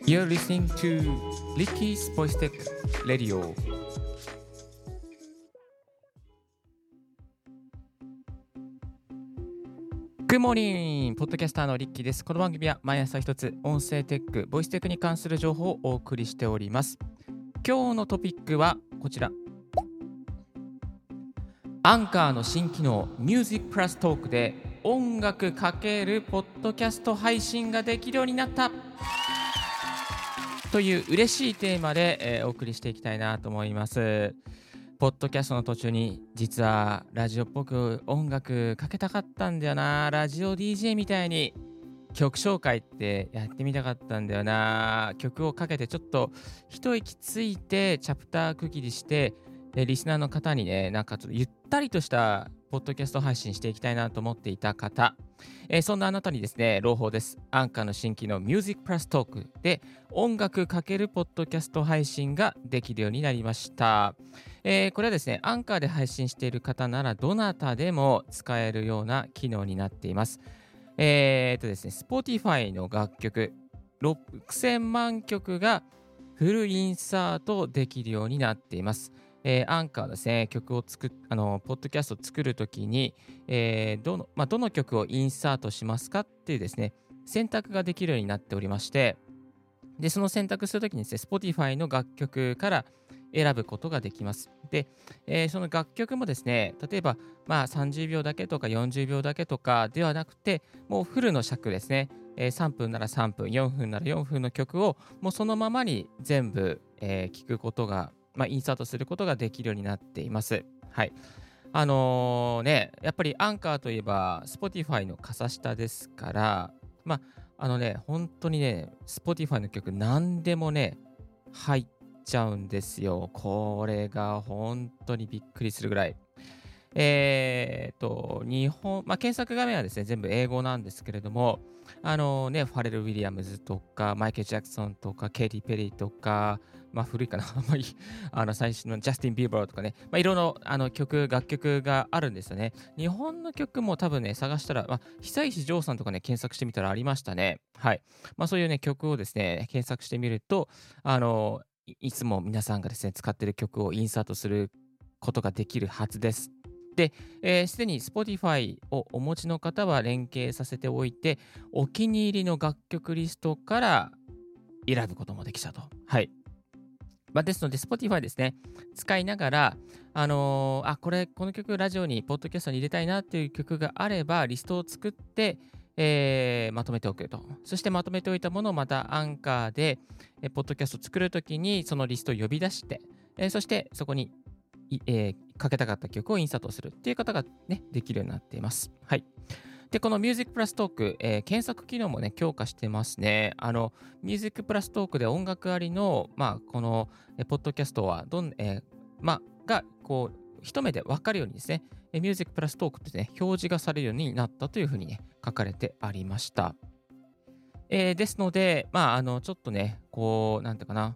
You're listening to Ricky's Voice Tech Radio. Good morning! ポッドキャスターのリッキーです。この番組は毎朝一つ音声テック、ボイステックに関する情報をお送りしております。今日のトピックはこちら。アンカーの新機能 Music Plus Talk で音楽かけるポッドキャスト配信ができるようになったという嬉しいテーマで、お送りしていきたいなと思います。ポッドキャストの途中に実はラジオっぽく音楽かけたかったんだよな。ラジオ DJ みたいに曲紹介ってやってみたかったんだよな。曲をかけてちょっと一息ついてチャプター区切りしてリスナーの方にね、なんかちょっとゆったりとしたポッドキャスト配信していきたいなと思っていた方、そんなあなたにですね、朗報です。アンカーの新機能 Music Plus Talk で音楽かけるポッドキャスト配信ができるようになりました。これはですね、アンカーで配信している方ならどなたでも使えるような機能になっています。ですね、Spotify の楽曲6000万曲がフルインサートできるようになっています。アンカーですね、曲をポッドキャストを作るときに、どの曲をインサートしますかっていうですね、選択ができるようになっておりまして、で、その選択するときにですね、Spotify の楽曲から選ぶことができます。で、その楽曲もですね、例えば、30秒だけとか40秒だけとかではなくて、もうフルの尺ですね、3分なら3分、4分なら4分の曲をもうそのままに全部、聞くことが、インサートすることができるようになっています。はい。やっぱりアンカーといえば Spotify の傘下ですから、本当にね、Spotify の曲何でもね、入っちゃうんですよ。これが本当にびっくりするぐらい。日本、検索画面はですね、全部英語なんですけれども、ファレル・ウィリアムズとか、マイケル・ジャクソンとか、ケイティ・ペリーとか、古いかな、最新のジャスティン・ビーバーとかね、いろいろ楽曲があるんですよね。日本の曲も多分ね、探したら、久石譲さんとかね、検索してみたらありましたね。はい。そういうね、曲をですね、検索してみると、いつも皆さんがですね、使っている曲をインサートすることができるはずです。で、すでに Spotify をお持ちの方は連携させておいて、お気に入りの楽曲リストから選ぶこともできたと。はい。ですので、Spotify ですね、使いながら、この曲ラジオに、ポッドキャストに入れたいなっていう曲があれば、リストを作って、まとめておくと。そしてまとめておいたものをまたアンカーで、ポッドキャストを作るときに、そのリストを呼び出して、そしてそこにかけたかった曲をインサートするっていう方がね、できるようになっています。はい。で、この Music Plus Talk、検索機能もね、強化してますね。Music Plus Talk で音楽ありの、この、ポッドキャストは一目で分かるようにですね、Music Plus Talk ってね、表示がされるようになったというふうにね、書かれてありました。ですので、ちょっとね、なんていうかな、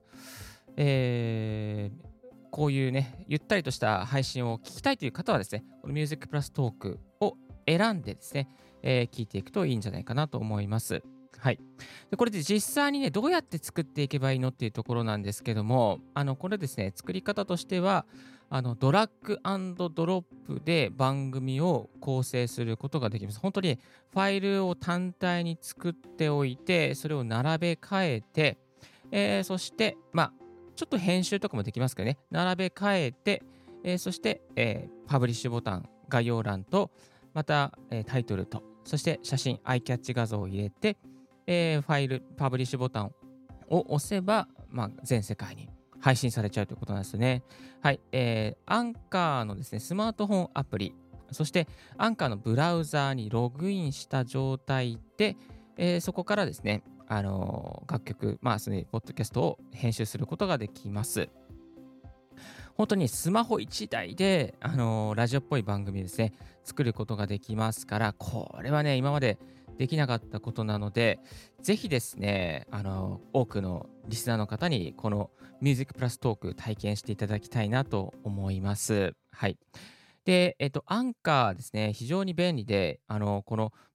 こういうね、ゆったりとした配信を聞きたいという方はですね、この Music Plus Talk を選んでですね、聞いていくといいんじゃないかなと思います。はい。でこれで実際にね、どうやって作っていけばいいのっていうところなんですけども、これですね、作り方としては、ドラッグ&ドロップで番組を構成することができます。本当にファイルを単体に作っておいて、それを並べ替えて、そして、ちょっと編集とかもできますけどね、並べ替えて、そして、パブリッシュボタン、概要欄と、また、タイトルと、そして写真、アイキャッチ画像を入れて、ファイル、パブリッシュボタンを押せば、全世界に配信されちゃうということなんですね。はい。アンカーのですね、スマートフォンアプリ、そしてアンカーのブラウザーにログインした状態で、そこからですね、楽曲、そのポッドキャストを編集することができます。本当にスマホ1台で、ラジオっぽい番組ですね、作ることができますから、これはね、今までできなかったことなので、ぜひですね、多くのリスナーの方に、この Music Plus Talk 体験していただきたいなと思います。はい。で、アンカーですね、非常に便利で、この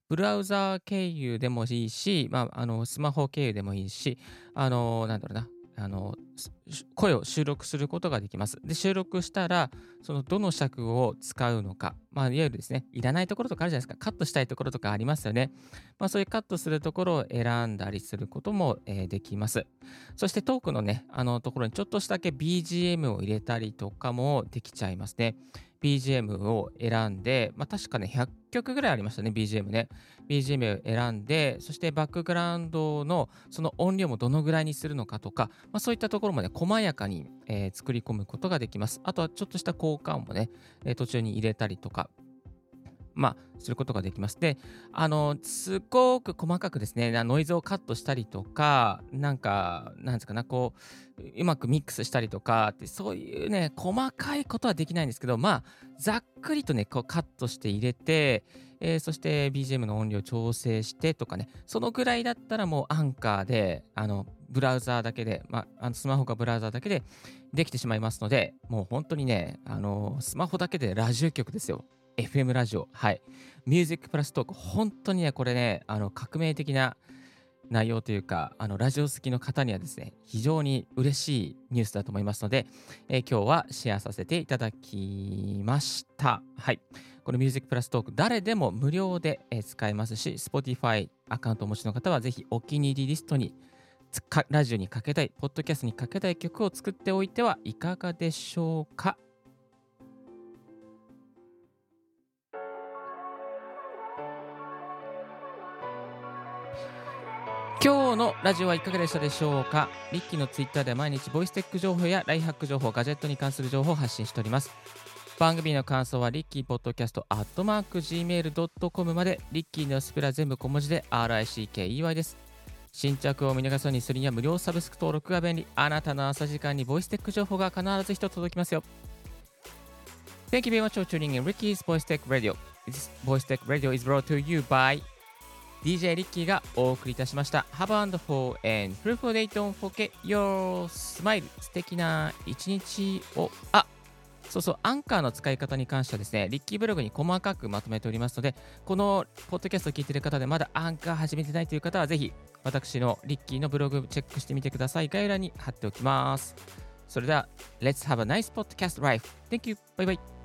ブラウザー経由でもいいし、スマホ経由でもいいし、なんだろうな、声を収録することができます。で、収録したら、そのどの尺を使うのか、いわゆるですね、いらないところとかあるじゃないですか。カットしたいところとかありますよね。そういうカットするところを選んだりすることも、できます。そしてトークのね、ところにちょっとしただけ BGM を入れたりとかもできちゃいますね。BGM を選んで、確かね、100曲ぐらいありましたね、BGM ね。BGM を選んで、そしてバックグラウンドのその音量もどのぐらいにするのかとか、そういったところもね、細やかに、作り込むことができます。あとはちょっとした効果音もね、途中に入れたりとか、することができます。で、すごく細かくですね、ノイズをカットしたりとか、なんですかな、うまくミックスしたりとかって、そういうね、細かいことはできないんですけど、ざっくりとね、カットして入れて、そして BGM の音量調整してとかね、そのぐらいだったらもうアンカーで、ブラウザーだけで、スマホかブラウザーだけでできてしまいますので、もう本当にね、スマホだけでラジオ局ですよ。FM ラジオ。はい。ミュージックプラストーク。本当にね、これね、革命的な内容というか、ラジオ好きの方にはですね、非常に嬉しいニュースだと思いますので、今日はシェアさせていただきました。はい。このミュージックプラストーク、誰でも無料で使えますし、Spotify アカウントをお持ちの方は、ぜひお気に入りリストに、ラジオにかけたい、ポッドキャストにかけたい曲を作っておいてはいかがでしょうか。今日のラジオはいかがでしたでしょうか。リッキーのツイッターでは毎日ボイステック情報やライフハック情報、ガジェットに関する情報を発信しております。番組の感想はリッキーポッドキャスト@gmail.com まで。リッキーのスペラ全部小文字で RICKEY です。新着を見逃さずにするには無料サブスク登録が便利。あなたの朝時間にボイステック情報が必ず一つ届きますよ。Thank you very much for tuning in Ricky's Voice Tech Radio. This Voice Tech Radio is brought to you by DJ リッキーがお送りいたしました。Have a wonderful and fruitful day. Don't forget your smile. 素敵な一日を。アンカーの使い方に関してはですね、リッキーブログに細かくまとめておりますので、このポッドキャストを聞いている方でまだアンカー始めてないという方は、ぜひ私のリッキーのブログチェックしてみてください。概要欄に貼っておきます。それでは、Let's have a nice podcast life. Thank you. Bye bye.